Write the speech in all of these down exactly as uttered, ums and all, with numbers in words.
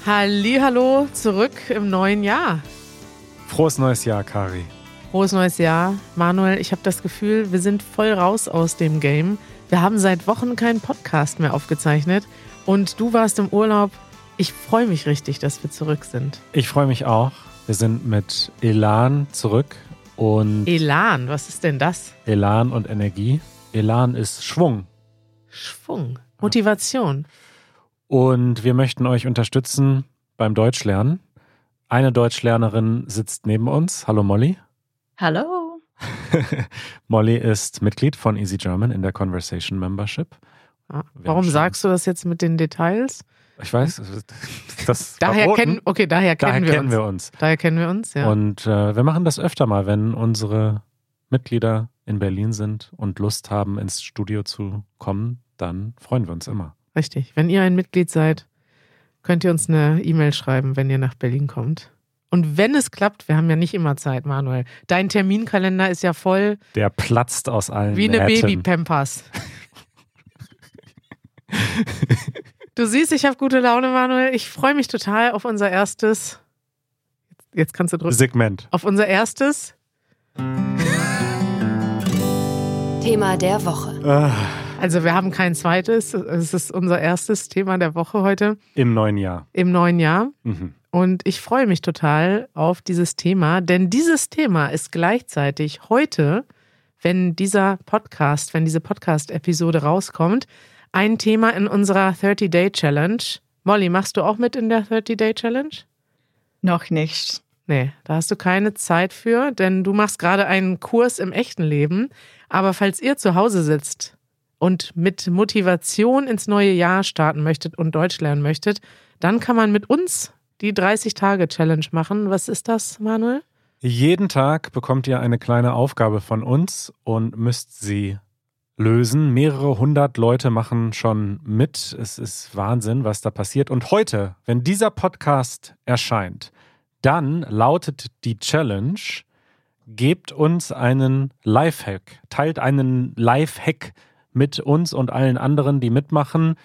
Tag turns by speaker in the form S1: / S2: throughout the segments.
S1: Hallihallo, zurück im neuen Jahr.
S2: Frohes neues Jahr, Kari.
S1: Frohes neues Jahr. Manuel, ich habe das Gefühl, wir sind voll raus aus dem Game. Wir haben seit Wochen keinen Podcast mehr aufgezeichnet und du warst im Urlaub. Ich freue mich richtig, dass wir zurück sind.
S2: Ich freue mich auch. Wir sind mit Elan zurück und...
S1: Elan, was ist denn das?
S2: Elan und Energie. Elan ist Schwung.
S1: Schwung, Motivation.
S2: Und wir möchten euch unterstützen beim Deutschlernen. Eine Deutschlernerin sitzt neben uns. Hallo Molly.
S3: Hallo.
S2: Molly ist Mitglied von Easy German in der Conversation Membership.
S1: Ah, warum sagst du das jetzt mit den Details?
S2: Ich weiß, das
S1: daher kennen, okay, daher kennen,
S2: daher
S1: wir,
S2: kennen
S1: uns.
S2: wir uns.
S1: Daher kennen wir uns, ja.
S2: Und äh, wir machen das öfter mal, wenn unsere Mitglieder in Berlin sind und Lust haben, ins Studio zu kommen, dann freuen wir uns immer.
S1: Richtig. Wenn ihr ein Mitglied seid, könnt ihr uns eine E-Mail schreiben, wenn ihr nach Berlin kommt. Und wenn es klappt, wir haben ja nicht immer Zeit, Manuel. Dein Terminkalender ist ja voll.
S2: Der platzt aus allen
S1: Wie eine
S2: Nähten.
S1: Baby-Pampers. Du siehst, ich habe gute Laune, Manuel. Ich freue mich total auf unser erstes. Jetzt kannst du drücken.
S2: Segment.
S1: Auf unser erstes
S3: Thema der Woche.
S2: Ah.
S1: Also wir haben kein zweites. Es ist unser erstes Thema der Woche heute.
S2: Im neuen Jahr.
S1: Im neuen Jahr.
S2: Mhm.
S1: Und ich freue mich total auf dieses Thema, denn dieses Thema ist gleichzeitig heute, wenn dieser Podcast, wenn diese Podcast-Episode rauskommt, ein Thema in unserer thirty-Day-Challenge. Molly, machst du auch mit in der thirty-Day-Challenge?
S3: Noch nicht.
S1: Nee, da hast du keine Zeit für, denn du machst gerade einen Kurs im echten Leben. Aber falls ihr zu Hause sitzt und mit Motivation ins neue Jahr starten möchtet und Deutsch lernen möchtet, dann kann man mit uns die dreißig-Tage-Challenge machen. Was ist das, Manuel?
S2: Jeden Tag bekommt ihr eine kleine Aufgabe von uns und müsst sie lösen. Mehrere hundert Leute machen schon mit. Es ist Wahnsinn, was da passiert. Und heute, wenn dieser Podcast erscheint, dann lautet die Challenge: Gebt uns einen Lifehack. Teilt einen Lifehack mit uns und allen anderen, die mitmachen,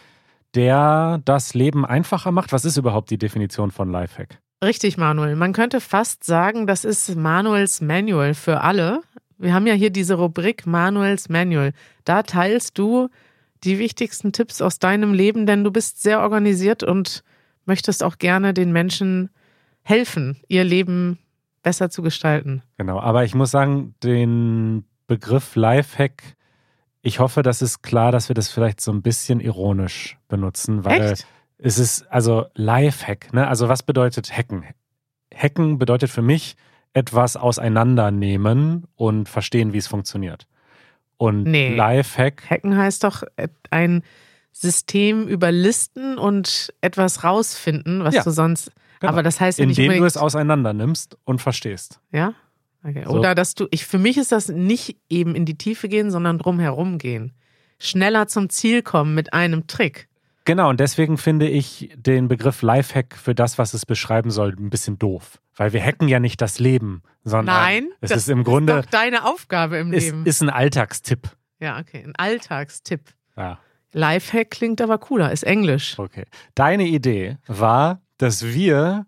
S2: der das Leben einfacher macht. Was ist überhaupt die Definition von Lifehack?
S1: Richtig, Manuel. Man könnte fast sagen, das ist Manuels Manual für alle. Wir haben ja hier diese Rubrik Manuels Manual. Da teilst du die wichtigsten Tipps aus deinem Leben, denn du bist sehr organisiert und möchtest auch gerne den Menschen helfen, ihr Leben besser zu gestalten.
S2: Genau, aber ich muss sagen, den Begriff Lifehack, ich hoffe, das ist klar, dass wir das vielleicht so ein bisschen ironisch benutzen, weil
S1: Echt?
S2: es ist, also Lifehack, ne? Also was bedeutet Hacken? Hacken bedeutet für mich etwas auseinandernehmen und verstehen, wie es funktioniert. Und
S1: Nee.
S2: Lifehack,
S1: Hacken heißt doch ein System überlisten und etwas rausfinden, was
S2: Ja,
S1: du sonst...
S2: genau.
S1: Aber das heißt ja nicht
S2: indem
S1: unbedingt...
S2: du es auseinander nimmst und verstehst.
S1: Ja? Okay.
S2: So.
S1: Oder dass du... Ich, für mich ist das nicht eben in die Tiefe gehen, sondern drumherum gehen. Schneller zum Ziel kommen mit einem Trick.
S2: Genau, und deswegen finde ich den Begriff Lifehack für das, was es beschreiben soll, ein bisschen doof. Weil wir hacken ja nicht das Leben, sondern
S1: Nein,
S2: es
S1: das
S2: ist im Grunde
S1: ist doch deine Aufgabe im
S2: ist,
S1: Leben.
S2: ist ein Alltagstipp.
S1: Ja, okay. Ein Alltagstipp.
S2: Ja,
S1: Lifehack klingt aber cooler, ist Englisch.
S2: okay. Deine Idee war, dass wir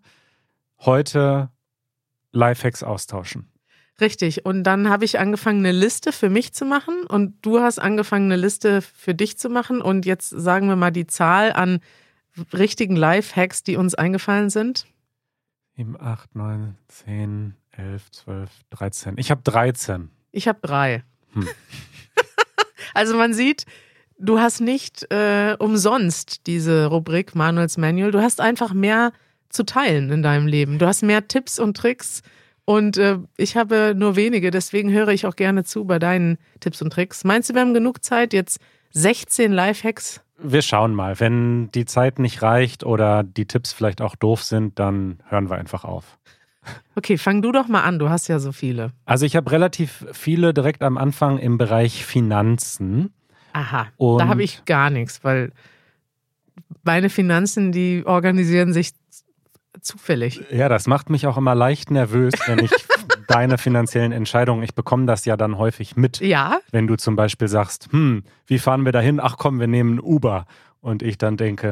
S2: heute Lifehacks austauschen.
S1: Richtig. Und dann habe ich angefangen, eine Liste für mich zu machen und du hast angefangen, eine Liste für dich zu machen. Und jetzt sagen wir mal die Zahl an richtigen Lifehacks, die uns eingefallen sind.
S2: sieben, acht, neun, zehn, elf, zwölf, dreizehn. Ich habe dreizehn.
S1: Ich habe drei.
S2: Hm.
S1: Also man sieht, du hast nicht äh, umsonst diese Rubrik Manuels Manual. Du hast einfach mehr zu teilen in deinem Leben. Du hast mehr Tipps und Tricks. Und äh, ich habe nur wenige, deswegen höre ich auch gerne zu bei deinen Tipps und Tricks. Meinst du, wir haben genug Zeit, jetzt sechzehn Lifehacks?
S2: Wir schauen mal. Wenn die Zeit nicht reicht oder die Tipps vielleicht auch doof sind, dann hören wir einfach auf.
S1: Okay, fang du doch mal an, du hast ja so viele.
S2: Also ich habe relativ viele direkt am Anfang im Bereich Finanzen.
S1: Aha,
S2: Und
S1: da habe ich gar nichts, weil meine Finanzen, die organisieren sich zufällig.
S2: Ja, das macht mich auch immer leicht nervös, wenn ich deine finanziellen Entscheidungen, ich bekomme das ja dann häufig mit.
S1: Ja?
S2: Wenn du zum Beispiel sagst, hm, wie fahren wir dahin? Ach komm, wir nehmen Uber. Und ich dann denke,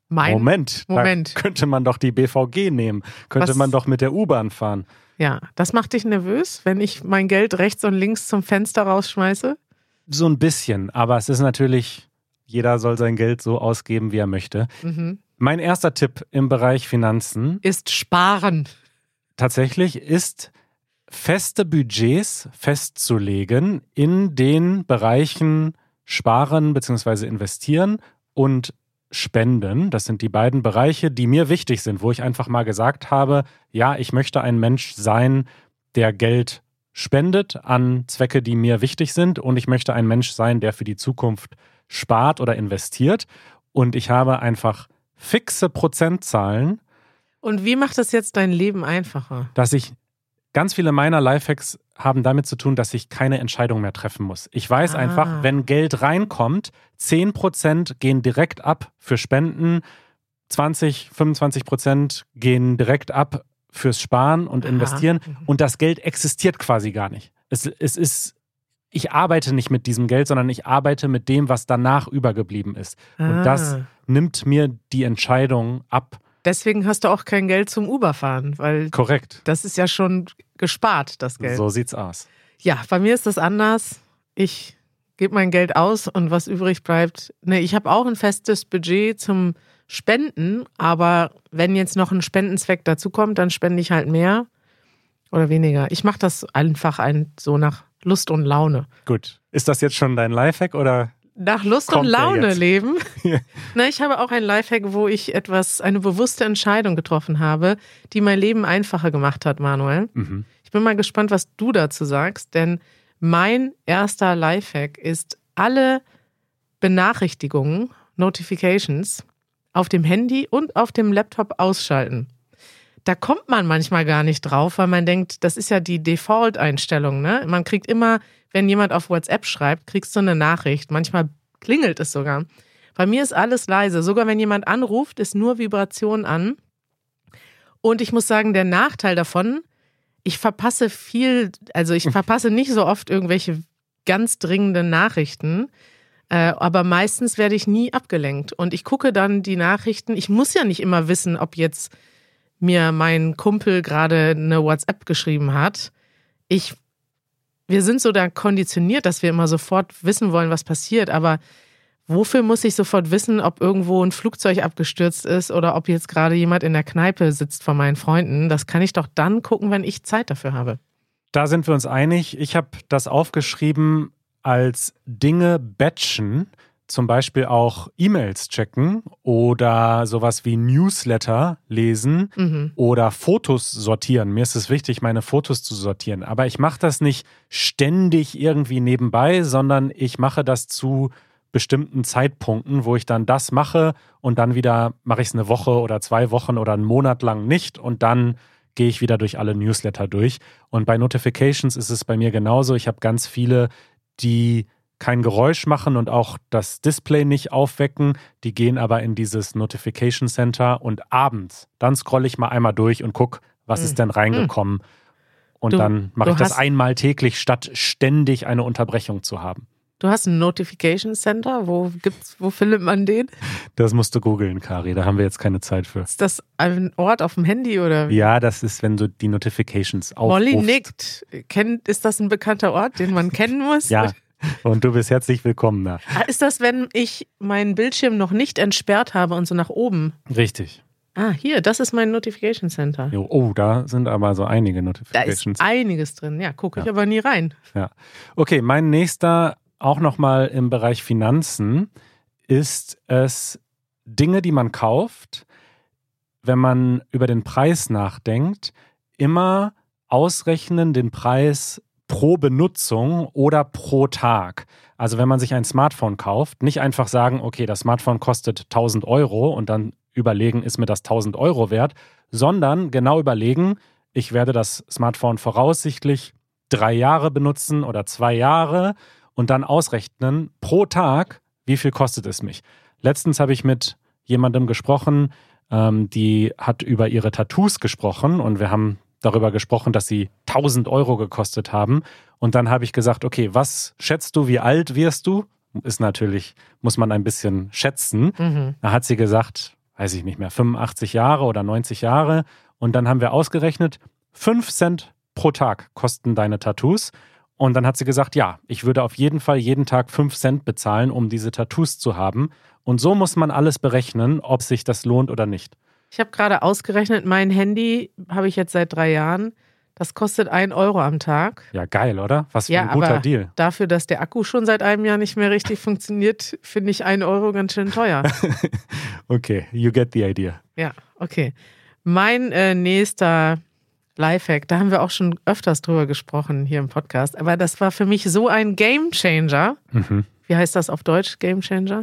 S1: Mein
S2: Moment,
S1: Moment.
S2: Da könnte man doch die B V G nehmen. Könnte
S1: Was?
S2: man doch mit der U-Bahn fahren.
S1: Ja, das macht dich nervös, wenn ich mein Geld rechts und links zum Fenster rausschmeiße?
S2: So ein bisschen, aber es ist natürlich, jeder soll sein Geld so ausgeben, wie er möchte.
S1: Mhm.
S2: Mein erster Tipp im Bereich Finanzen
S1: Ist sparen.
S2: tatsächlich ist, feste Budgets festzulegen in den Bereichen Sparen bzw. Investieren und Spenden. Das sind die beiden Bereiche, die mir wichtig sind, wo ich einfach mal gesagt habe, ja, ich möchte ein Mensch sein, der Geld spendet an Zwecke, die mir wichtig sind, und ich möchte ein Mensch sein, der für die Zukunft spart oder investiert. Und ich habe einfach fixe Prozentzahlen.
S1: Und wie macht das jetzt dein Leben einfacher?
S2: Dass ich, ganz viele meiner Lifehacks haben damit zu tun, dass ich keine Entscheidung mehr treffen muss. Ich weiß
S1: Ah.
S2: einfach, wenn Geld reinkommt, zehn Prozent gehen direkt ab für Spenden, zwanzig, fünfundzwanzig Prozent gehen direkt ab fürs Sparen und
S1: Aha.
S2: Investieren,
S1: Mhm.
S2: und das Geld existiert quasi gar nicht. Es, es ist, ich arbeite nicht mit diesem Geld, sondern ich arbeite mit dem, was danach übergeblieben ist. Und
S1: Ah.
S2: das nimmt mir die Entscheidung ab.
S1: Deswegen hast du auch kein Geld zum Uber-Fahren, weil
S2: Korrekt.
S1: das ist ja schon gespart, das Geld.
S2: So sieht's aus.
S1: Ja, bei mir ist das anders. Ich gebe mein Geld aus und was übrig bleibt. Ne, ich habe auch ein festes Budget zum Spenden, aber wenn jetzt noch ein Spendenzweck dazukommt, dann spende ich halt mehr oder weniger. Ich mache das einfach ein, so nach Lust und Laune.
S2: Gut. Ist das jetzt schon dein Lifehack oder?
S1: Nach Lust
S2: Kommt
S1: und
S2: der
S1: Laune
S2: jetzt?
S1: leben. Na, ich habe auch ein Lifehack, wo ich etwas, eine bewusste Entscheidung getroffen habe, die mein Leben einfacher gemacht hat, Manuel.
S2: Mhm.
S1: Ich bin mal gespannt, was du dazu sagst, denn mein erster Lifehack ist, alle Benachrichtigungen, Notifications auf dem Handy und auf dem Laptop ausschalten. Da kommt man manchmal gar nicht drauf, weil man denkt, das ist ja die Default-Einstellung, ne? Man kriegt immer, wenn jemand auf WhatsApp schreibt, kriegst du eine Nachricht. Manchmal klingelt es sogar. Bei mir ist alles leise. Sogar wenn jemand anruft, ist nur Vibration an. Und ich muss sagen, der Nachteil davon, ich verpasse viel, also ich verpasse nicht so oft irgendwelche ganz dringenden Nachrichten, äh, aber meistens werde ich nie abgelenkt. Und ich gucke dann die Nachrichten. Ich muss ja nicht immer wissen, ob jetzt mir mein Kumpel gerade eine WhatsApp geschrieben hat. Ich, wir sind so da konditioniert, dass wir immer sofort wissen wollen, was passiert. Aber wofür muss ich sofort wissen, ob irgendwo ein Flugzeug abgestürzt ist oder ob jetzt gerade jemand in der Kneipe sitzt von meinen Freunden? Das kann ich doch dann gucken, wenn ich Zeit dafür habe.
S2: Da sind wir uns einig. Ich habe das aufgeschrieben als Dinge batchen, zum Beispiel auch E-Mails checken oder sowas wie Newsletter lesen
S1: Mhm.
S2: oder Fotos sortieren. Mir ist es wichtig, meine Fotos zu sortieren. Aber ich mache das nicht ständig irgendwie nebenbei, sondern ich mache das zu bestimmten Zeitpunkten, wo ich dann das mache und dann wieder mache ich es eine Woche oder zwei Wochen oder einen Monat lang nicht und dann gehe ich wieder durch alle Newsletter durch. Und bei Notifications ist es bei mir genauso. Ich habe ganz viele, die kein Geräusch machen und auch das Display nicht aufwecken. Die gehen aber in dieses Notification Center und abends, dann scrolle ich mal einmal durch und gucke, was
S1: Mhm.
S2: ist denn reingekommen. Und
S1: Du-
S2: dann mache
S1: du
S2: ich das
S1: hast-
S2: einmal täglich, statt ständig eine Unterbrechung zu haben.
S1: Du hast ein Notification Center. Wo gibt's, wo findet man den?
S2: Das musst du googeln, Kari. Da haben wir jetzt keine Zeit für.
S1: Ist das ein Ort auf dem Handy oder?
S2: Ja, das ist, wenn du die Notifications aufrufst.
S1: Molly nickt. Kennt, ist das ein bekannter Ort, den man kennen muss?
S2: Ja, und du bist herzlich willkommen da.
S1: Ah, ist das, wenn ich meinen Bildschirm noch nicht entsperrt habe und so nach oben?
S2: Richtig.
S1: Ah, hier, das ist mein Notification Center.
S2: Jo, oh, da sind aber so einige
S1: Da ist
S2: Notifications.
S1: einiges drin. Ja, gucke ich
S2: Ja.
S1: aber nie rein.
S2: Ja. Okay, mein nächster, auch nochmal im Bereich Finanzen, ist es Dinge, die man kauft, wenn man über den Preis nachdenkt, immer ausrechnen den Preis pro Benutzung oder pro Tag. Also wenn man sich ein Smartphone kauft, nicht einfach sagen, okay, das Smartphone kostet tausend Euro und dann überlegen, ist mir das tausend Euro wert, sondern genau überlegen, ich werde das Smartphone voraussichtlich drei Jahre benutzen oder zwei Jahre und dann ausrechnen pro Tag, wie viel kostet es mich. Letztens habe ich mit jemandem gesprochen, ähm, die hat über ihre Tattoos gesprochen und wir haben darüber gesprochen, dass sie tausend Euro gekostet haben. Und dann habe ich gesagt, okay, was schätzt du, wie alt wirst du? Ist natürlich, muss man ein bisschen schätzen.
S1: Mhm.
S2: Da hat sie gesagt, weiß ich nicht mehr, fünfundachtzig Jahre oder neunzig Jahre. Und dann haben wir ausgerechnet, fünf Cent pro Tag kosten deine Tattoos. Und dann hat sie gesagt, ja, ich würde auf jeden Fall jeden Tag fünf Cent bezahlen, um diese Tattoos zu haben. Und so muss man alles berechnen, ob sich das lohnt oder nicht.
S1: Ich habe gerade ausgerechnet, mein Handy habe ich jetzt seit drei Jahren. Das kostet ein Euro am Tag.
S2: Ja, geil, oder? Was für
S1: ja,
S2: ein guter
S1: aber
S2: Deal.
S1: Dafür, dass der Akku schon seit einem Jahr nicht mehr richtig funktioniert, finde ich ein Euro ganz schön teuer.
S2: Okay, you get the idea.
S1: Ja, okay. Mein äh, nächster Lifehack, da haben wir auch schon öfters drüber gesprochen hier im Podcast, aber das war für mich so ein Gamechanger.
S2: Mhm.
S1: Wie heißt das auf Deutsch, Gamechanger?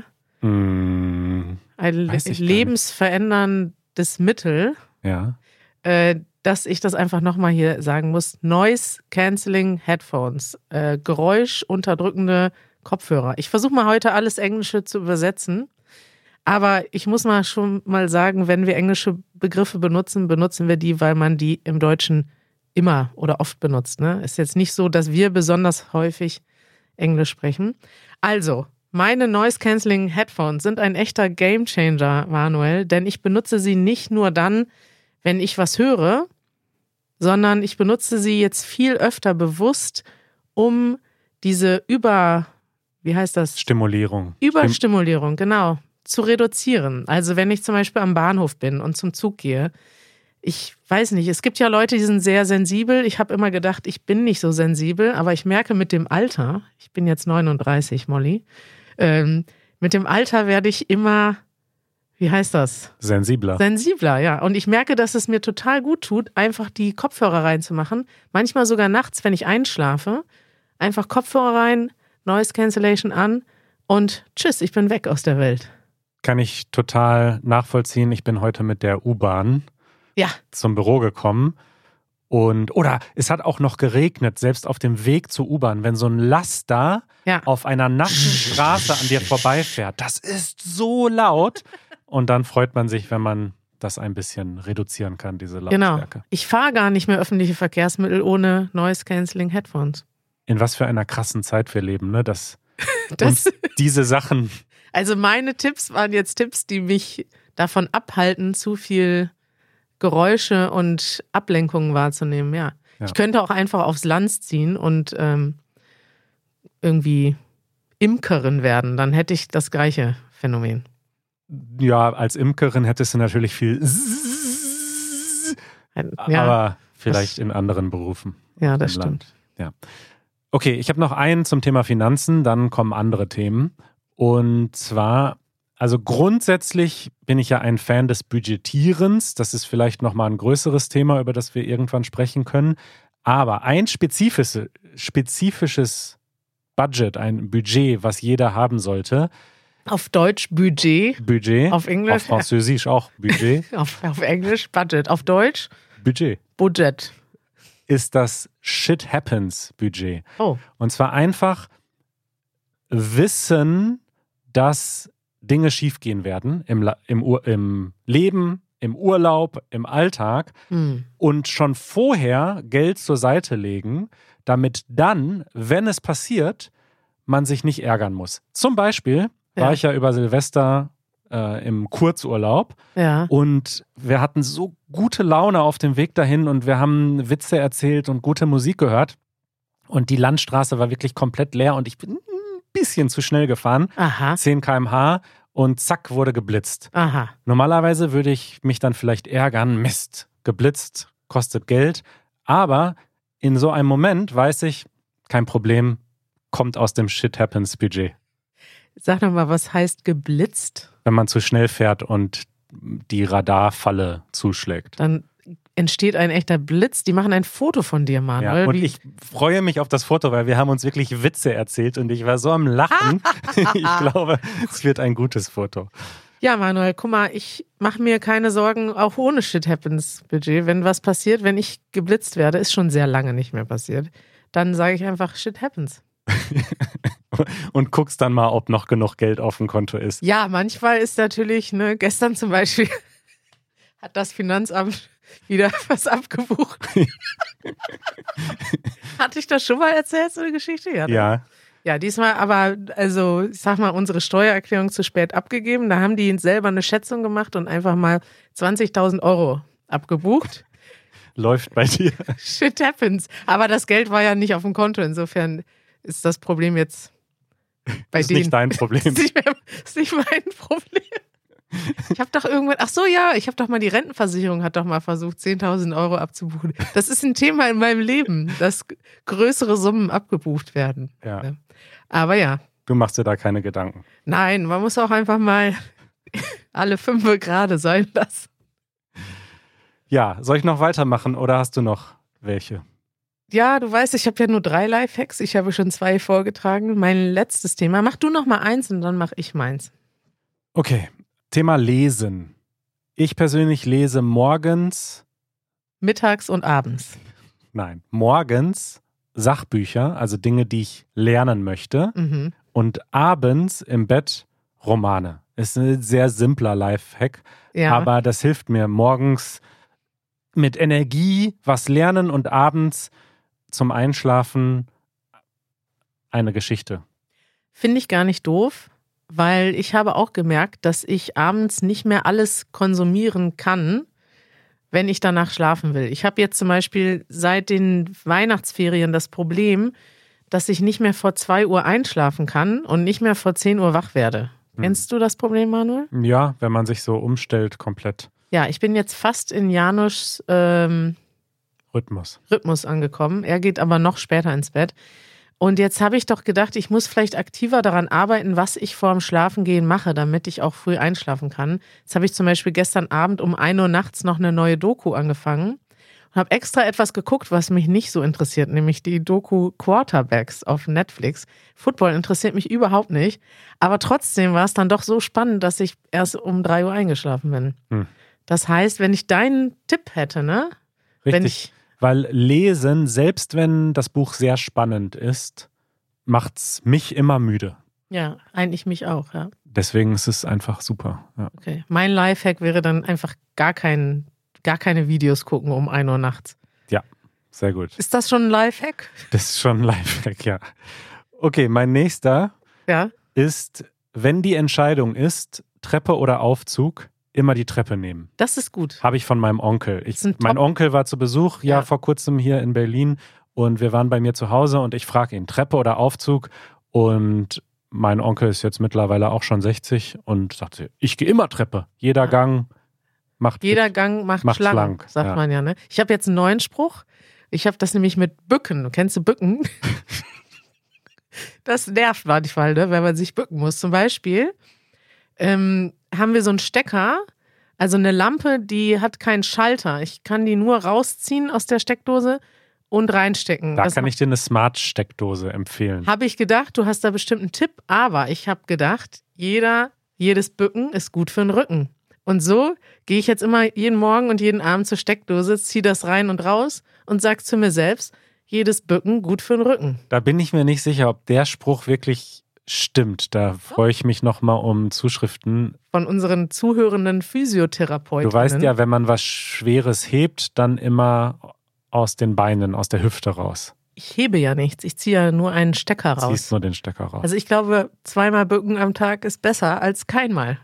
S2: Mm,
S1: ein
S2: weiß ich
S1: lebensveränderndes Mittel,
S2: ja.
S1: äh, dass ich das einfach nochmal hier sagen muss. Noise Cancelling Headphones, äh, geräuschunterdrückende Kopfhörer. Ich versuche mal heute alles Englische zu übersetzen. Aber ich muss mal schon mal sagen, wenn wir englische Begriffe benutzen, benutzen wir die, weil man die im Deutschen immer oder oft benutzt. Ne? Ist jetzt nicht so, dass wir besonders häufig Englisch sprechen. Also, meine Noise-Canceling Headphones sind ein echter Gamechanger, Manuel, denn ich benutze sie nicht nur dann, wenn ich was höre, sondern ich benutze sie jetzt viel öfter bewusst, um diese Über, wie heißt das?
S2: Stimulierung.
S1: Überstimulierung, genau. Zu reduzieren. Also wenn ich zum Beispiel am Bahnhof bin und zum Zug gehe, ich weiß nicht, es gibt ja Leute, die sind sehr sensibel. Ich habe immer gedacht, ich bin nicht so sensibel, aber ich merke mit dem Alter, ich bin jetzt neununddreißig, Molly, ähm, mit dem Alter werde ich immer, wie heißt das?
S2: Sensibler.
S1: Sensibler, ja. Und ich merke, dass es mir total gut tut, einfach die Kopfhörer reinzumachen. Manchmal sogar nachts, wenn ich einschlafe, einfach Kopfhörer rein, Noise Cancellation an und tschüss, ich bin weg aus der Welt.
S2: Kann ich total nachvollziehen. Ich bin heute mit der U-Bahn
S1: ja.
S2: zum Büro gekommen und oder es hat auch noch geregnet, selbst auf dem Weg zur U-Bahn, wenn so ein Laster
S1: ja.
S2: auf einer nassen Straße an dir vorbeifährt. Das ist so laut und dann freut man sich, wenn man das ein bisschen reduzieren kann, diese Lautstärke.
S1: Genau. Ich fahre gar nicht mehr öffentliche Verkehrsmittel ohne Noise-Canceling-Headphones.
S2: In was für einer krassen Zeit wir leben, ne? Dass das uns diese Sachen...
S1: Also meine Tipps waren jetzt Tipps, die mich davon abhalten, zu viel Geräusche und Ablenkungen wahrzunehmen. Ja. ja. Ich könnte auch einfach aufs Land ziehen und ähm, irgendwie Imkerin werden. Dann hätte ich das gleiche Phänomen.
S2: Ja, als Imkerin hättest du natürlich viel
S1: ja.
S2: aber vielleicht in anderen Berufen.
S1: Ja, das stimmt.
S2: Ja. Okay, ich habe noch einen zum Thema Finanzen, dann kommen andere Themen. Und zwar, also grundsätzlich bin ich ja ein Fan des Budgetierens. Das ist vielleicht nochmal ein größeres Thema, über das wir irgendwann sprechen können. Aber ein spezifisches, spezifisches Budget, ein Budget, was jeder haben sollte.
S1: Auf Deutsch Budget.
S2: Budget.
S1: Auf Englisch.
S2: Auf Französisch auch Budget.
S1: auf, auf Englisch Budget. Auf Deutsch
S2: Budget.
S1: Budget.
S2: Ist das Shit Happens Budget.
S1: Oh.
S2: Und zwar einfach wissen, dass Dinge schiefgehen werden im, im, im Leben, im Urlaub, im Alltag
S1: hm.
S2: und schon vorher Geld zur Seite legen, damit dann, wenn es passiert, man sich nicht ärgern muss. Zum Beispiel war
S1: ja.
S2: ich ja über Silvester äh, im Kurzurlaub
S1: ja.
S2: und wir hatten so gute Laune auf dem Weg dahin und wir haben Witze erzählt und gute Musik gehört und die Landstraße war wirklich komplett leer und ich bin bisschen zu schnell gefahren,
S1: Aha.
S2: zehn Kilometer pro Stunde und zack, wurde geblitzt.
S1: Aha.
S2: Normalerweise würde ich mich dann vielleicht ärgern, Mist, geblitzt, kostet Geld, aber in so einem Moment weiß ich, kein Problem, kommt aus dem Shit Happens Budget.
S1: Sag doch mal, was heißt geblitzt?
S2: Wenn man zu schnell fährt und die Radarfalle zuschlägt.
S1: Dann entsteht ein echter Blitz. Die machen ein Foto von dir, Manuel.
S2: Ja, und
S1: Wie?
S2: ich freue mich auf das Foto, weil wir haben uns wirklich Witze erzählt und ich war so am Lachen. Ich glaube, es wird ein gutes Foto.
S1: Ja, Manuel, guck mal, ich mache mir keine Sorgen, auch ohne Shit Happens Budget. Wenn was passiert, wenn ich geblitzt werde, ist schon sehr lange nicht mehr passiert, dann sage ich einfach Shit Happens.
S2: Und guckst dann mal, ob noch genug Geld auf dem Konto ist.
S1: Ja, manchmal ist natürlich, ne, gestern zum Beispiel hat das Finanzamt wieder was abgebucht. Hatte ich das schon mal erzählt, so eine Geschichte? Ja.
S2: Ja.
S1: Ja, diesmal aber, also ich sag mal, unsere Steuererklärung zu spät abgegeben. Da haben die selber eine Schätzung gemacht und einfach mal zwanzigtausend Euro abgebucht.
S2: Läuft bei dir.
S1: Shit happens. Aber das Geld war ja nicht auf dem Konto. Insofern ist das Problem jetzt bei
S2: ist
S1: denen.
S2: Ist nicht dein Problem.
S1: ist, nicht mehr, ist nicht mein Problem. Ich habe doch irgendwann, ach so, ja, ich habe doch mal, die Rentenversicherung hat doch mal versucht, zehntausend Euro abzubuchen. Das ist ein Thema in meinem Leben, dass größere Summen abgebucht werden.
S2: Ja.
S1: Aber ja.
S2: Du machst dir da keine Gedanken.
S1: Nein, man muss auch einfach mal alle fünf gerade sein lassen.
S2: Ja, soll ich noch weitermachen oder hast du noch welche?
S1: Ja, du weißt, ich habe ja nur drei Lifehacks. Ich habe schon zwei vorgetragen. Mein letztes Thema. Mach du noch mal eins und dann mache ich meins.
S2: Okay, Thema Lesen. Ich persönlich lese morgens.
S1: Mittags und abends.
S2: Nein, morgens Sachbücher, also Dinge, die ich lernen möchte.
S1: Mhm.
S2: Und abends im Bett Romane. Ist ein sehr simpler Lifehack,
S1: Ja.
S2: aber das hilft mir morgens mit Energie was lernen und abends zum Einschlafen eine Geschichte.
S1: Finde ich gar nicht doof, weil ich habe auch gemerkt, dass ich abends nicht mehr alles konsumieren kann, wenn ich danach schlafen will. Ich habe jetzt zum Beispiel seit den Weihnachtsferien das Problem, dass ich nicht mehr vor zwei Uhr einschlafen kann und nicht mehr vor zehn Uhr wach werde. Hm. Kennst du das Problem, Manuel?
S2: Ja, wenn man sich so umstellt komplett.
S1: Ja, ich bin jetzt fast in Janusz ähm,
S2: Rhythmus.
S1: Rhythmus angekommen. Er geht aber noch später ins Bett. Und jetzt habe ich doch gedacht, ich muss vielleicht aktiver daran arbeiten, was ich vorm Schlafengehen mache, damit ich auch früh einschlafen kann. Jetzt habe ich zum Beispiel gestern Abend um ein Uhr nachts noch eine neue Doku angefangen und habe extra etwas geguckt, was mich nicht so interessiert, nämlich die Doku Quarterbacks auf Netflix. Football interessiert mich überhaupt nicht, aber trotzdem war es dann doch so spannend, dass ich erst um drei Uhr eingeschlafen bin. Hm. Das heißt, wenn ich deinen Tipp hätte, ne?
S2: Richtig,
S1: wenn ich,
S2: weil Lesen, selbst wenn das Buch sehr spannend ist, macht's mich immer müde.
S1: Ja, eigentlich mich auch, ja.
S2: Deswegen ist es einfach super. Ja.
S1: Okay, mein Lifehack wäre dann einfach gar, kein, gar keine Videos gucken um ein Uhr nachts.
S2: Ja, sehr gut.
S1: Ist das schon ein Lifehack?
S2: Das ist schon ein Lifehack, ja. Okay, mein nächster
S1: ja?
S2: ist, wenn die Entscheidung ist, Treppe oder Aufzug, immer die Treppe nehmen.
S1: Das ist gut.
S2: Habe ich von meinem Onkel. Ich, mein Onkel war zu Besuch, ja, ja, vor kurzem hier in Berlin und wir waren bei mir zu Hause und ich frage ihn, Treppe oder Aufzug? Und mein Onkel ist jetzt mittlerweile auch schon sechzig und sagt, ich gehe immer Treppe. Jeder ja. Gang macht
S1: Jeder Gang macht, macht schlank, schlank, sagt ja. man ja. Ne? Ich habe jetzt einen neuen Spruch. Ich habe das nämlich mit Bücken. Kennst du Bücken? Das nervt manchmal, ne, wenn man sich bücken muss. Zum Beispiel ähm, haben wir so einen Stecker, also eine Lampe, die hat keinen Schalter. Ich kann die nur rausziehen aus der Steckdose und reinstecken.
S2: Da
S1: das
S2: kann ich dir eine Smart-Steckdose empfehlen.
S1: Habe ich gedacht, du hast da bestimmt einen Tipp, aber ich habe gedacht, jeder, jedes Bücken ist gut für den Rücken. Und so gehe ich jetzt immer jeden Morgen und jeden Abend zur Steckdose, ziehe das rein und raus und sage zu mir selbst, jedes Bücken gut für den Rücken.
S2: Da bin ich mir nicht sicher, ob der Spruch wirklich stimmt. Da freue ich mich nochmal um Zuschriften.
S1: Von unseren zuhörenden Physiotherapeuten.
S2: Du weißt ja, wenn man was Schweres hebt, dann immer aus den Beinen, aus der Hüfte raus.
S1: Ich hebe ja nichts. Ich ziehe ja nur einen Stecker raus.
S2: Du ziehst nur den Stecker raus.
S1: Also ich glaube, zweimal bücken am Tag ist besser als keinmal.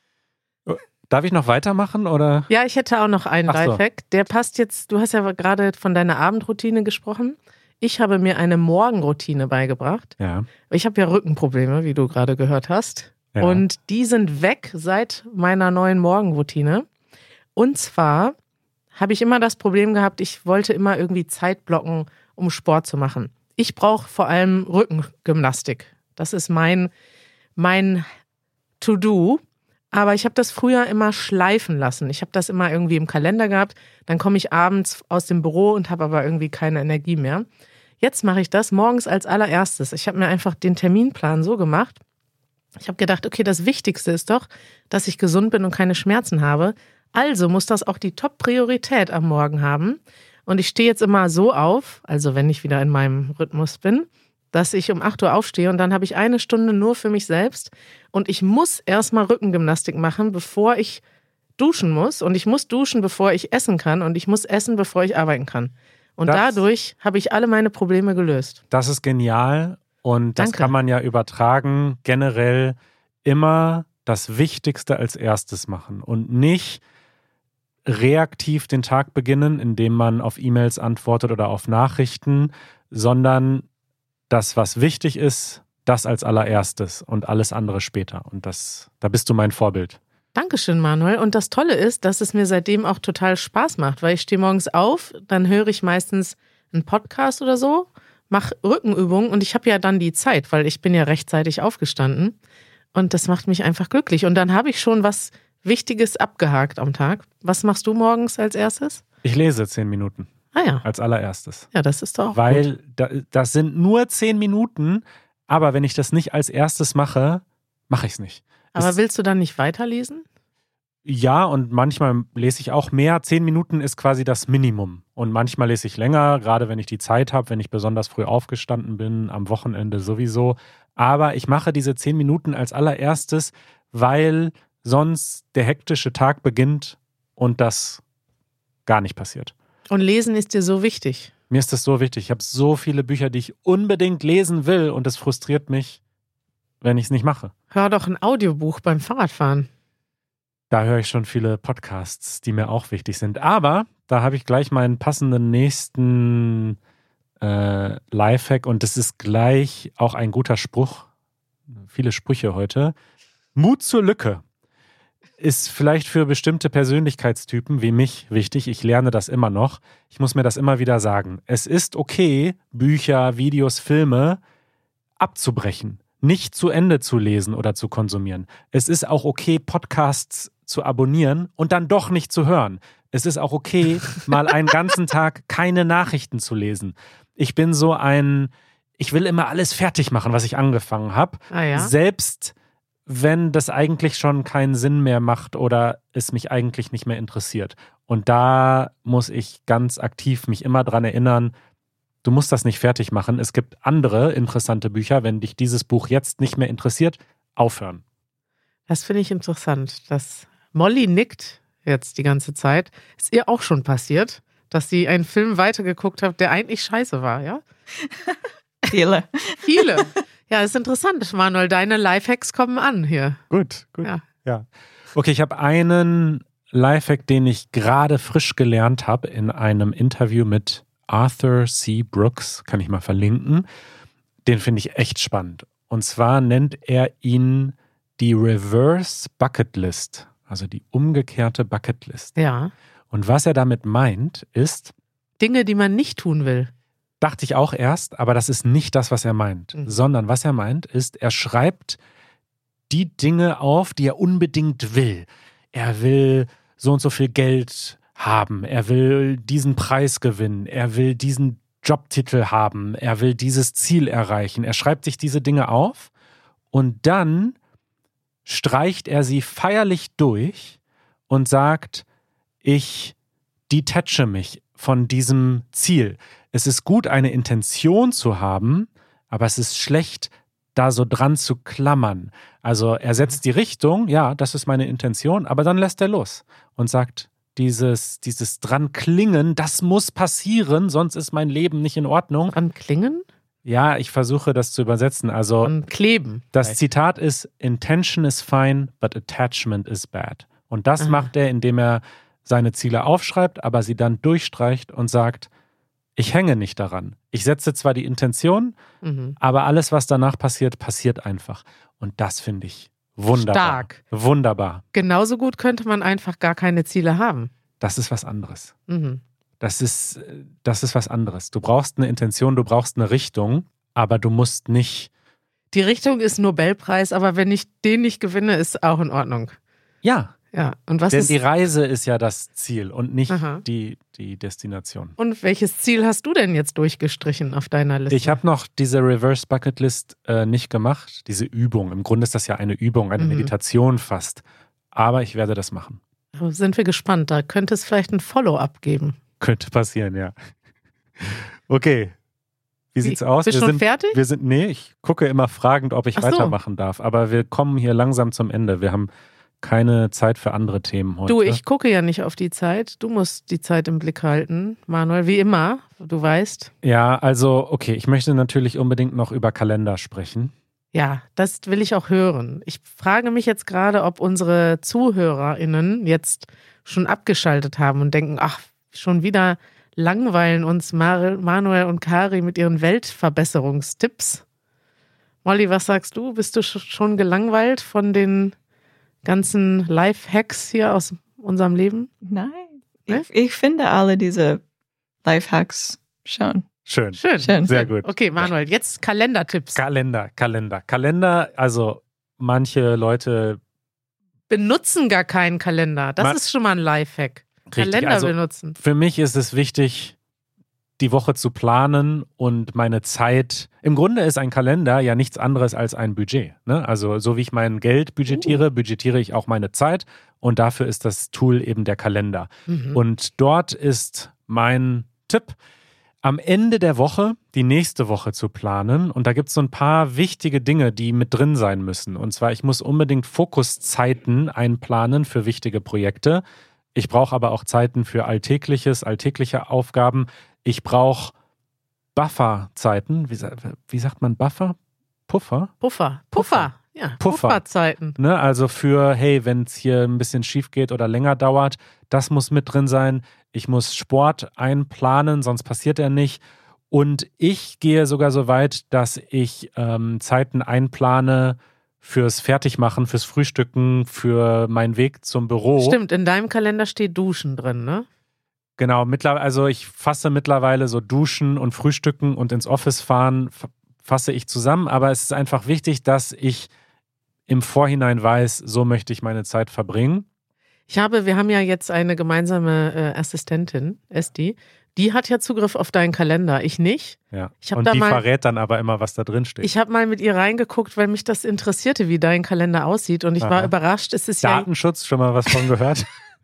S2: Darf ich noch weitermachen, oder?
S1: Ja, ich hätte auch noch einen
S2: Ach so.
S1: Lifehack. Der passt jetzt, du hast ja gerade von deiner Abendroutine gesprochen. Ich habe mir eine Morgenroutine beigebracht.
S2: Ja.
S1: Ich habe ja Rückenprobleme, wie du gerade gehört hast.
S2: Ja.
S1: Und die sind weg seit meiner neuen Morgenroutine. Und zwar habe ich immer das Problem gehabt, ich wollte immer irgendwie Zeit blocken, um Sport zu machen. Ich brauche vor allem Rückengymnastik. Das ist mein, mein To-Do. Aber ich habe das früher immer schleifen lassen. Ich habe das immer irgendwie im Kalender gehabt. Dann komme ich abends aus dem Büro und habe aber irgendwie keine Energie mehr. Jetzt mache ich das morgens als allererstes. Ich habe mir einfach den Terminplan so gemacht. Ich habe gedacht, okay, das Wichtigste ist doch, dass ich gesund bin und keine Schmerzen habe. Also muss das auch die Top-Priorität am Morgen haben. Und ich stehe jetzt immer so auf, also wenn ich wieder in meinem Rhythmus bin, dass ich um acht Uhr aufstehe und dann habe ich eine Stunde nur für mich selbst und ich muss erstmal Rückengymnastik machen, bevor ich duschen muss und ich muss duschen, bevor ich essen kann und ich muss essen, bevor ich arbeiten kann. Und das, dadurch habe ich alle meine Probleme gelöst.
S2: Das ist genial Und das
S1: Danke.
S2: kann man ja übertragen, generell immer das Wichtigste als erstes machen und nicht reaktiv den Tag beginnen, indem man auf E-Mails antwortet oder auf Nachrichten, sondern das, was wichtig ist, das als allererstes und alles andere später. Und das, da bist du mein Vorbild.
S1: Dankeschön, Manuel. Und das Tolle ist, dass es mir seitdem auch total Spaß macht, weil ich stehe morgens auf, dann höre ich meistens einen Podcast oder so, mache Rückenübungen und ich habe ja dann die Zeit, weil ich bin ja rechtzeitig aufgestanden und das macht mich einfach glücklich. Und dann habe ich schon was Wichtiges abgehakt am Tag. Was machst du morgens als erstes?
S2: Ich lese zehn Minuten.
S1: Ah ja.
S2: Als allererstes.
S1: Ja, das ist doch auch
S2: Weil
S1: gut.
S2: da, das sind nur zehn Minuten, aber wenn ich das nicht als erstes mache, mache ich es nicht.
S1: Aber
S2: Es-
S1: willst du dann nicht weiterlesen?
S2: Ja, und manchmal lese ich auch mehr. Zehn Minuten ist quasi das Minimum. Und manchmal lese ich länger, gerade wenn ich die Zeit habe, wenn ich besonders früh aufgestanden bin, am Wochenende sowieso. Aber ich mache diese zehn Minuten als allererstes, weil sonst der hektische Tag beginnt und das gar nicht passiert.
S1: Und Lesen ist dir so wichtig.
S2: Mir ist das so wichtig. Ich habe so viele Bücher, die ich unbedingt lesen will und es frustriert mich, wenn ich es nicht mache.
S1: Hör doch ein Audiobuch beim Fahrradfahren.
S2: Da höre ich schon viele Podcasts, die mir auch wichtig sind. Aber da habe ich gleich meinen passenden nächsten äh, Lifehack und das ist gleich auch ein guter Spruch. Viele Sprüche heute. Mut zur Lücke ist vielleicht für bestimmte Persönlichkeitstypen wie mich wichtig. Ich lerne das immer noch. Ich muss mir das immer wieder sagen. Es ist okay, Bücher, Videos, Filme abzubrechen, nicht zu Ende zu lesen oder zu konsumieren. Es ist auch okay, Podcasts zu abonnieren und dann doch nicht zu hören. Es ist auch okay, mal einen ganzen Tag keine Nachrichten zu lesen. Ich bin so ein, ich will immer alles fertig machen, was ich angefangen habe.
S1: Ah ja?
S2: Selbst wenn das eigentlich schon keinen Sinn mehr macht oder es mich eigentlich nicht mehr interessiert. Und da muss ich ganz aktiv mich immer dran erinnern, du musst das nicht fertig machen. Es gibt andere interessante Bücher. Wenn dich dieses Buch jetzt nicht mehr interessiert, aufhören.
S1: Das finde ich interessant. Dass Molly nickt jetzt die ganze Zeit. Ist ihr auch schon passiert, dass sie einen Film weitergeguckt hat, der eigentlich scheiße war, ja?
S3: Viele.
S1: Viele. Ja, ist interessant, Manuel. Deine Lifehacks kommen an hier.
S2: Gut, gut.
S1: Ja.
S2: Ja. Okay, ich habe einen Lifehack, den ich gerade frisch gelernt habe in einem Interview mit Arthur C. Brooks. Kann ich mal verlinken. Den finde ich echt spannend. Und zwar nennt er ihn die Reverse Bucket List, also die umgekehrte Bucket List.
S1: Ja.
S2: Und was er damit meint, ist,
S1: Dinge, die man nicht tun will.
S2: dachte ich auch erst, aber das ist nicht das, was er meint.
S1: Mhm.
S2: Sondern was er meint, ist, er schreibt die Dinge auf, die er unbedingt will. Er will so und so viel Geld haben. Er will diesen Preis gewinnen. Er will diesen Jobtitel haben. Er will dieses Ziel erreichen. Er schreibt sich diese Dinge auf und dann streicht er sie feierlich durch und sagt, ich detache mich von diesem Ziel. Es ist gut, eine Intention zu haben, aber es ist schlecht, da so dran zu klammern. Also er setzt die Richtung, ja, das ist meine Intention, aber dann lässt er los und sagt, dieses, dieses dran klingen, das muss passieren, sonst ist mein Leben nicht in Ordnung.
S1: An Klingen?
S2: Ja, ich versuche das zu übersetzen. Also
S1: An Kleben.
S2: das Zitat ist, Intention is fine, but attachment is bad. Und das
S1: Aha.
S2: macht er, indem er seine Ziele aufschreibt, aber sie dann durchstreicht und sagt, ich hänge nicht daran. Ich setze zwar die Intention,
S1: Mhm.
S2: aber alles, was danach passiert, passiert einfach. Und das finde ich wunderbar.
S1: Stark.
S2: Wunderbar.
S1: Genauso gut könnte man einfach gar keine Ziele haben.
S2: Das ist was anderes.
S1: Mhm.
S2: Das ist, das ist was anderes. Du brauchst eine Intention, du brauchst eine Richtung, aber du musst nicht.
S1: Die Richtung ist Nobelpreis, aber wenn ich den nicht gewinne, ist auch in Ordnung.
S2: Ja,
S1: Ja. Und was
S2: denn
S1: ist
S2: die Reise ist ja das Ziel und nicht
S1: Aha.
S2: die, die Destination.
S1: Und welches Ziel hast du denn jetzt durchgestrichen auf deiner Liste?
S2: Ich habe noch diese Reverse Bucket List äh, nicht gemacht, diese Übung. Im Grunde ist das ja eine Übung, eine
S1: Mhm.
S2: Meditation fast. Aber ich werde das machen.
S1: Sind wir gespannt. Da könnte es vielleicht ein Follow-up geben.
S2: Könnte passieren, ja. Okay. Wie sieht's aus?
S1: Bist du
S2: wir
S1: schon
S2: sind,
S1: fertig?
S2: wir sind, nee, ich gucke immer fragend, ob ich
S1: Ach so.
S2: weitermachen darf. Aber wir kommen hier langsam zum Ende. Wir haben keine Zeit für andere Themen heute.
S1: Du, ich gucke ja nicht auf die Zeit. Du musst die Zeit im Blick halten, Manuel, wie immer, du weißt.
S2: Ja, also okay, ich möchte natürlich unbedingt noch über Kalender sprechen.
S1: Ja, das will ich auch hören. Ich frage mich jetzt gerade, ob unsere ZuhörerInnen jetzt schon abgeschaltet haben und denken, ach, schon wieder langweilen uns Manuel und Kari mit ihren Weltverbesserungstipps. Molly, was sagst du? Bist du schon gelangweilt von den ganzen Lifehacks hier aus unserem Leben?
S3: Nein,
S1: Ne?
S3: ich, ich finde alle diese Lifehacks schon.
S2: Schön.
S1: Schön.
S3: Schön.
S2: Sehr gut.
S1: Okay, Manuel, jetzt Kalendertipps.
S2: Kalender, Kalender. Kalender, also manche Leute.
S1: Benutzen gar keinen Kalender. Das
S2: Ma-
S1: ist schon mal ein Lifehack.
S2: Richtig,
S1: Kalender
S2: also
S1: benutzen.
S2: Für mich ist es wichtig, die Woche zu planen und meine Zeit. Im Grunde ist ein Kalender ja nichts anderes als ein Budget. Ne? Also so wie ich mein Geld budgetiere, budgetiere ich auch meine Zeit und dafür ist das Tool eben der Kalender.
S1: Mhm.
S2: Und dort ist mein Tipp, am Ende der Woche die nächste Woche zu planen. Und da gibt es so ein paar wichtige Dinge, die mit drin sein müssen. Und zwar, ich muss unbedingt Fokuszeiten einplanen für wichtige Projekte. Ich brauche aber auch Zeiten für Alltägliches, alltägliche Aufgaben. Ich brauche Bufferzeiten. Wie, sa- wie sagt man Buffer? Puffer?
S1: Puffer. Puffer. Ja,
S2: Puffer.
S1: Pufferzeiten.
S2: Ne? Also für, hey, wenn es hier ein bisschen schief geht oder länger dauert, das muss mit drin sein. Ich muss Sport einplanen, sonst passiert er nicht. Und ich gehe sogar so weit, dass ich ähm, Zeiten einplane fürs Fertigmachen, fürs Frühstücken, für meinen Weg zum Büro.
S1: Stimmt, in deinem Kalender steht Duschen drin, ne?
S2: Genau, mittlerweile, also ich fasse mittlerweile so Duschen und Frühstücken und ins Office fahren, f- fasse ich zusammen. Aber es ist einfach wichtig, dass ich im Vorhinein weiß, so möchte ich meine Zeit verbringen.
S1: Ich habe, wir haben ja jetzt eine gemeinsame äh, Assistentin, Esti, die hat ja Zugriff auf deinen Kalender, ich nicht.
S2: Ja.
S1: Ich hab
S2: Und
S1: da
S2: die
S1: mal-
S2: verrät dann aber immer, was da drin steht.
S1: Ich habe mal mit ihr reingeguckt, weil mich das interessierte, wie dein Kalender aussieht und ich war
S2: Aha.
S1: überrascht. Es ist
S2: Datenschutz, schon mal was von gehört?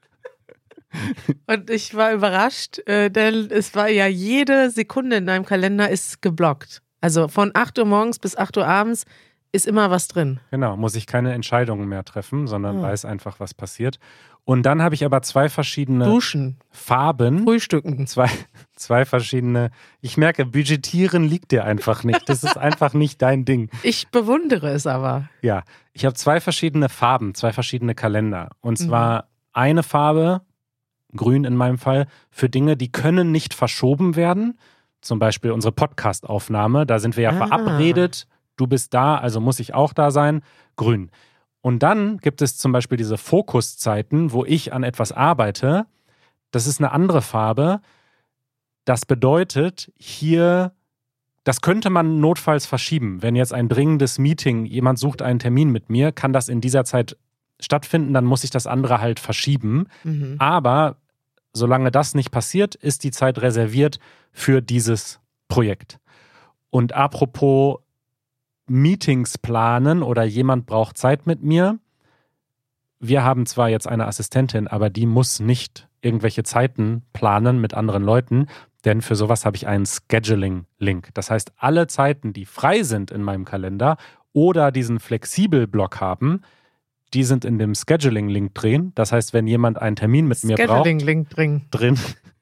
S1: ja und ich war überrascht, äh, denn es war ja jede Sekunde in deinem Kalender ist geblockt. Also von acht Uhr morgens bis acht Uhr abends ist immer was drin.
S2: Genau, muss ich keine Entscheidungen mehr treffen, sondern
S1: Ah.
S2: weiß einfach, was passiert. Und dann habe ich aber zwei verschiedene
S1: Duschen,
S2: Farben.
S1: Frühstücken.
S2: Zwei, zwei verschiedene. Ich merke, budgetieren liegt dir einfach nicht. Das ist einfach nicht dein Ding.
S1: Ich bewundere es aber.
S2: Ja, ich habe zwei verschiedene Farben, zwei verschiedene Kalender. Und
S1: Mhm.
S2: zwar eine Farbe, grün in meinem Fall, für Dinge, die können nicht verschoben werden. Zum Beispiel unsere Podcast-Aufnahme. Da sind wir ja
S1: Ah.
S2: verabredet. Du bist da, also muss ich auch da sein. Grün. Und dann gibt es zum Beispiel diese Fokuszeiten, wo ich an etwas arbeite. Das ist eine andere Farbe. Das bedeutet, hier, das könnte man notfalls verschieben. Wenn jetzt ein dringendes Meeting, jemand sucht einen Termin mit mir, kann das in dieser Zeit stattfinden, dann muss ich das andere halt verschieben.
S1: Mhm.
S2: Aber solange das nicht passiert, ist die Zeit reserviert für dieses Projekt. Und apropos Meetings planen oder jemand braucht Zeit mit mir. Wir haben zwar jetzt eine Assistentin, aber die muss nicht irgendwelche Zeiten planen mit anderen Leuten, denn für sowas habe ich einen Scheduling-Link. Das heißt, alle Zeiten, die frei sind in meinem Kalender oder diesen Flexibel-Block haben, die sind in dem Scheduling-Link drin. Das heißt, wenn jemand einen Termin mit mir braucht,
S1: Scheduling-Link drin.
S2: drin,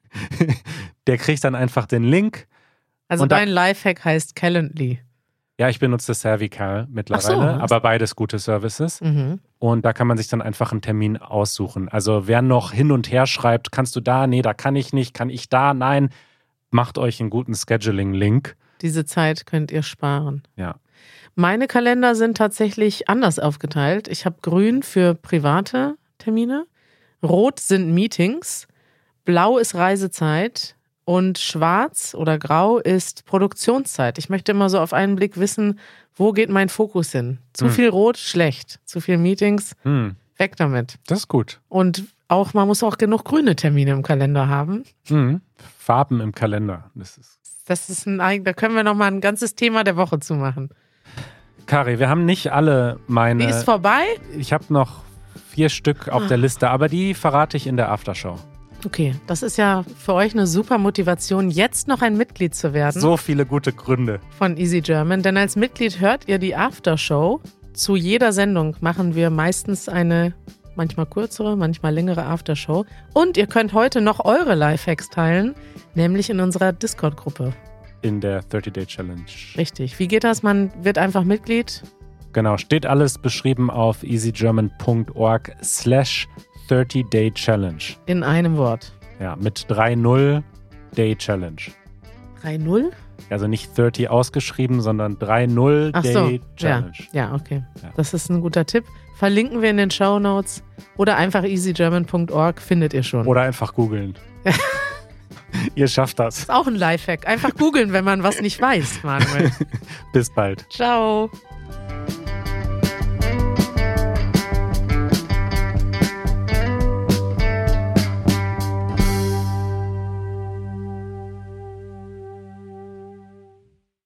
S2: der kriegt dann einfach den Link.
S1: Also
S2: Und da-
S1: dein Lifehack heißt Calendly.
S2: Ja, ich benutze Servical mittlerweile,
S1: Ach so.
S2: aber beides gute Services.
S1: Mhm.
S2: Und da kann man sich dann einfach einen Termin aussuchen. Also wer noch hin und her schreibt, kannst du da? Nee, da kann ich nicht. Kann ich da? Nein. Macht euch einen guten Scheduling-Link.
S1: Diese Zeit könnt ihr sparen.
S2: Ja.
S1: Meine Kalender sind tatsächlich anders aufgeteilt. Ich habe grün für private Termine, rot sind Meetings, blau ist Reisezeit und schwarz oder grau ist Produktionszeit. Ich möchte immer so auf einen Blick wissen, wo geht mein Fokus hin? Zu
S2: Hm.
S1: viel rot, schlecht. Zu viel Meetings,
S2: Hm,
S1: weg damit.
S2: das ist gut.
S1: Und auch, man muss auch genug grüne Termine im Kalender haben.
S2: Hm. Farben im Kalender. Das ist
S1: Das ist ein eigen, da können wir nochmal ein ganzes Thema der Woche zu machen.
S2: Kari, wir haben nicht alle meine.
S1: Die ist vorbei?
S2: Ich habe noch vier Stück auf der Liste, aber die verrate ich in der Aftershow.
S1: Okay, das ist ja für euch eine super Motivation, jetzt noch ein Mitglied zu werden
S2: So viele gute Gründe.
S1: von Easy German. Denn als Mitglied hört ihr die Aftershow. Zu jeder Sendung machen wir meistens eine manchmal kürzere, manchmal längere Aftershow. Und ihr könnt heute noch eure Lifehacks teilen, nämlich in unserer Discord-Gruppe.
S2: In der thirty-Day-Challenge.
S1: Richtig. Wie geht das? Man wird einfach Mitglied?
S2: Genau, steht alles beschrieben auf easygerman.org slash thirty-Day-Challenge.
S1: In einem Wort.
S2: Ja, mit drei null Day Challenge.
S1: drei null?
S2: Also nicht dreißig ausgeschrieben, sondern drei null
S1: Ach
S2: Day
S1: so,
S2: Challenge.
S1: Ja, ja, okay.
S2: Ja.
S1: Das ist ein guter Tipp. Verlinken wir in den Shownotes oder einfach easygerman punkt org, findet ihr schon.
S2: Oder einfach googeln. Ihr schafft das.
S1: Ist auch ein Lifehack. Einfach googeln, wenn man was nicht weiß, Manuel.
S2: Bis bald.
S1: Ciao.